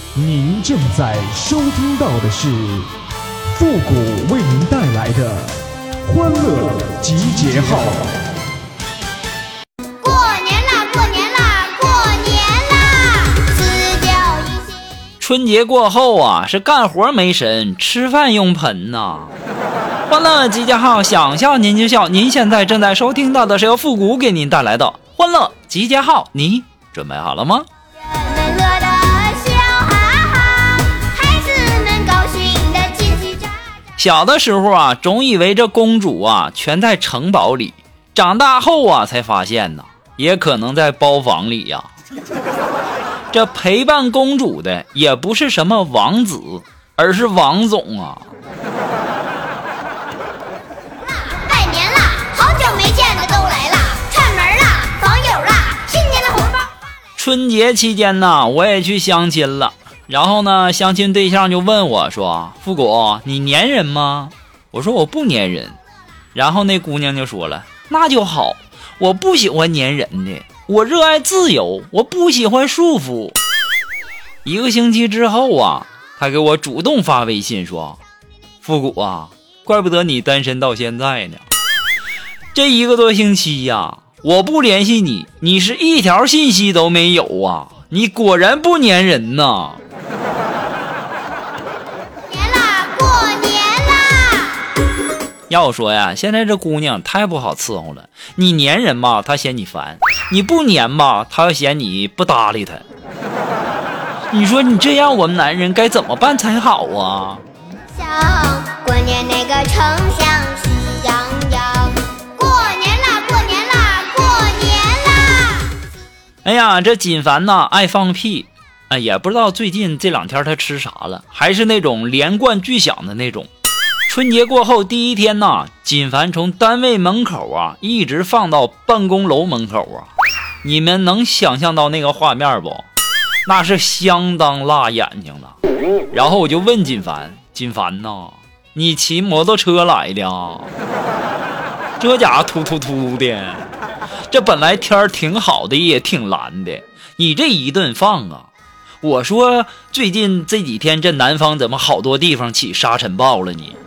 您正在收听到的是复古为您带来的欢乐集结号。 过年啦，过年啦，过年啦！撕掉一些。 春节过后啊，是干活没神，吃饭用盆呐。欢乐集结号，想笑您就笑。您现在正在收听到的是由复古给您带来的欢乐集结号，你准备好了吗？小的时候啊，总以为这公主啊全在城堡里，长大后啊才发现呢，也可能在包房里呀。这陪伴公主的也不是什么王子，而是王总啊。 拜年啦，好久没见的都来啦，串门啦，访友啦，新年的红包。 春节期间呢，我也去相亲了。然后呢，相亲对象就问我说：“复古，你粘人吗？”我说：“我不粘人。”然后那姑娘就说了：“那就好，我不喜欢粘人的，我热爱自由，我不喜欢束缚。”一个星期之后啊，她给我主动发微信说：“复古啊，怪不得你单身到现在呢。这1个多星期呀，我不联系你，你是一条信息都没有啊，你果然不粘人呐。”要我说呀，现在这姑娘太不好伺候了。你粘人吧，她嫌你烦；你不粘吧，她又嫌你不搭理她。你说你这样，我们男人该怎么办才好啊？ 过年那个丞相喜洋洋，过年啦，过年啦，过年啦！ 哎呀，这锦凡呐爱放屁，也不知道最近这2天他吃啥了，还是那种连贯巨响的那种。春节过后第1天呢，锦凡从单位门口啊一直放到办公楼门口啊，你们能想象到那个画面不？那是相当辣眼睛了。然后我就问锦凡呐，你骑摩托车来的啊？这家伙突突突的，这本来天挺好的，也挺蓝的，你这一顿放啊！我说最近这几天这南方怎么好多地方起沙尘暴了呢？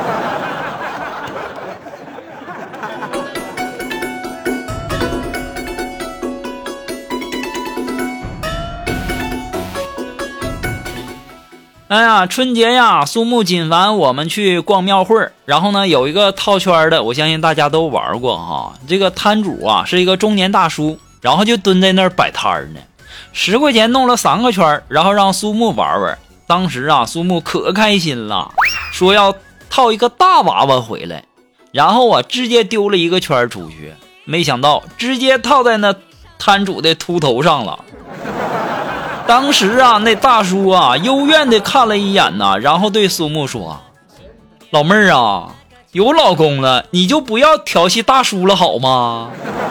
哎呀，春节呀，苏木锦凡我们去逛庙会，然后呢有一个套圈的，我相信大家都玩过哈。这个摊主啊是一个中年大叔，然后就蹲在那儿摆摊呢。10块钱弄了3个圈，然后让苏木玩玩。当时啊，苏木可开心了，说要套一个大娃娃回来，然后啊直接丢了1个圈出去，没想到直接套在那摊主的秃头上了。当时啊，那大叔啊幽怨的看了一眼呐，然后对苏木说：“老妹儿啊，有老公了，你就不要调戏大叔了好吗？”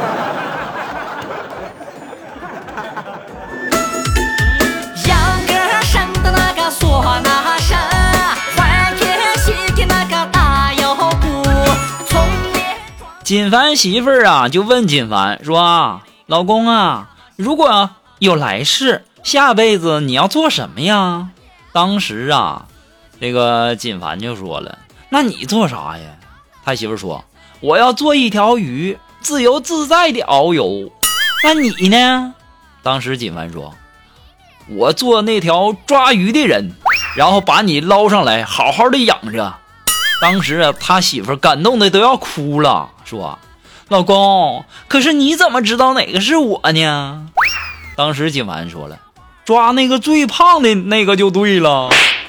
锦凡媳妇儿啊就问锦凡说：“啊，老公啊，如果有来世，下辈子你要做什么呀？”当时啊，这个锦凡就说了：“那你做啥呀？”他媳妇说：“我要做一条鱼，自由自在的遨游。”那你呢？当时锦凡说：“我做那条抓鱼的人，然后把你捞上来，好好的养着。”当时啊，他媳妇感动的都要哭了，说：“老公，可是你怎么知道哪个是我呢？”当时锦凡说了：“抓那个最胖的那个就对了。”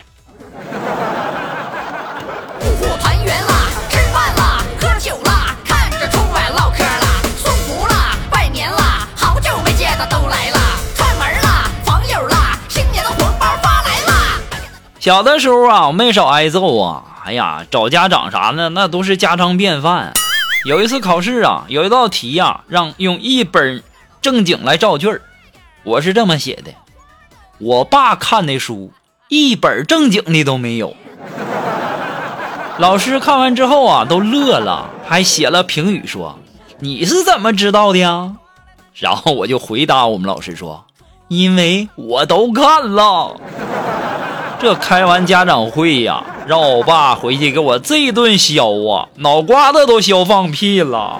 团圆啦，吃饭啦，喝酒啦，看着春晚唠嗑啦，送福啦，拜年啦，好久没见的都来啦，串门啦，访友啦，新年的红包发来啦。 小的时候啊，我没少挨揍啊，哎呀，找家长啥的那都是家常便饭。有一次考试啊，有一道题啊，让用一本正经来造句儿。我是这么写的：我爸看的书一本正经的都没有。老师看完之后啊都乐了，还写了评语说：“你是怎么知道的呀？”然后我就回答我们老师说：“因为我都看了。” 这开完家长会呀，让我爸回去给我这顿削啊，脑瓜子都削放屁了。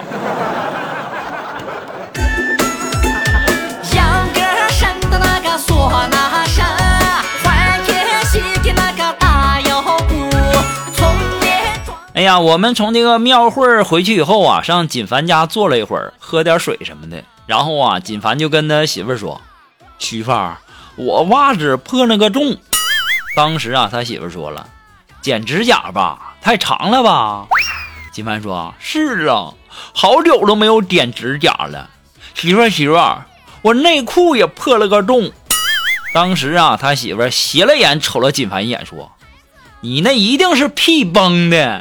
秧歌声的那个唢呐声，欢天喜地那个大腰鼓，从年庄。 哎呀，我们从这个庙会回去以后啊，上锦凡家坐了一会儿，喝点水什么的。然后啊，锦凡就跟他媳妇儿说：“媳妇儿，我袜子破了个洞。”当时啊，他媳妇儿说了：“剪指甲吧，太长了吧？”锦凡说：“是啊，好久都没有剪指甲了。”媳妇儿，我内裤也破了个洞。当时啊，他媳妇儿斜了眼瞅了锦凡一眼，说：“你那一定是屁崩的。”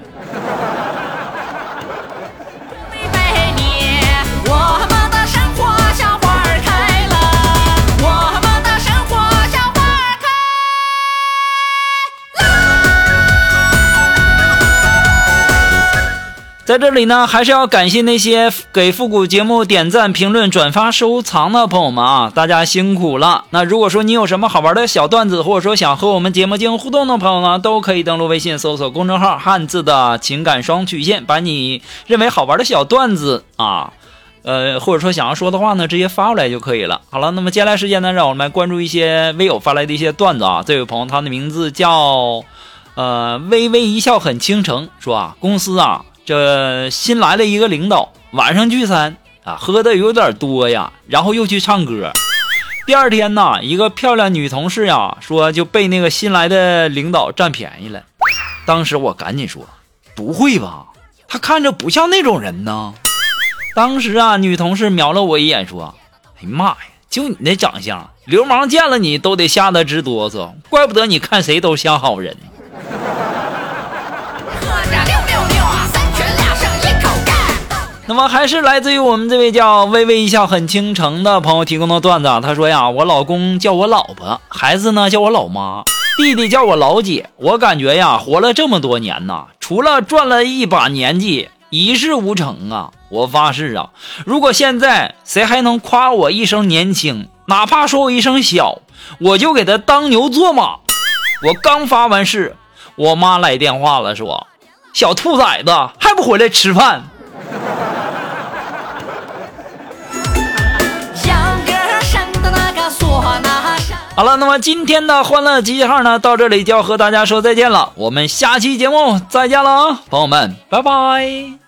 在这里呢，还是要感谢那些给复古节目点赞、评论、转发、收藏的朋友们啊，大家辛苦了。那如果说你有什么好玩的小段子，或者说想和我们节目进行互动的朋友呢，都可以登录微信搜索公众号汉字的情感双曲线，把你认为好玩的小段子啊，或者说想要说的话呢，直接发过来就可以了。好了，那么接下来时间呢，让我们来关注一些微友发来的一些段子啊。这位朋友他的名字叫微微一笑很倾城，说啊，公司啊这新来了一个领导，晚上聚餐啊，喝的有点多呀，然后又去唱歌。第二天呢，一个漂亮女同事呀，说就被那个新来的领导占便宜了。当时我赶紧说，不会吧，他看着不像那种人呢。当时啊，女同事瞄了我一眼说，哎妈呀，就你那长相，流氓见了你都得吓得直哆嗦，怪不得你看谁都像好人。那么还是来自于我们这位叫微微一笑很倾城的朋友提供的段子啊。他说呀，我老公叫我老婆，孩子呢叫我老妈，弟弟叫我老姐。我感觉呀，活了这么多年呐，除了赚了一把年纪，一事无成啊。我发誓啊，如果现在谁还能夸我一声年轻，哪怕说我一声小，我就给他当牛做马。我刚发完誓，我妈来电话了，说小兔崽子还不回来吃饭。好了，那么今天的欢乐集结号呢，到这里就要和大家说再见了。我们下期节目再见了，朋友们，拜拜。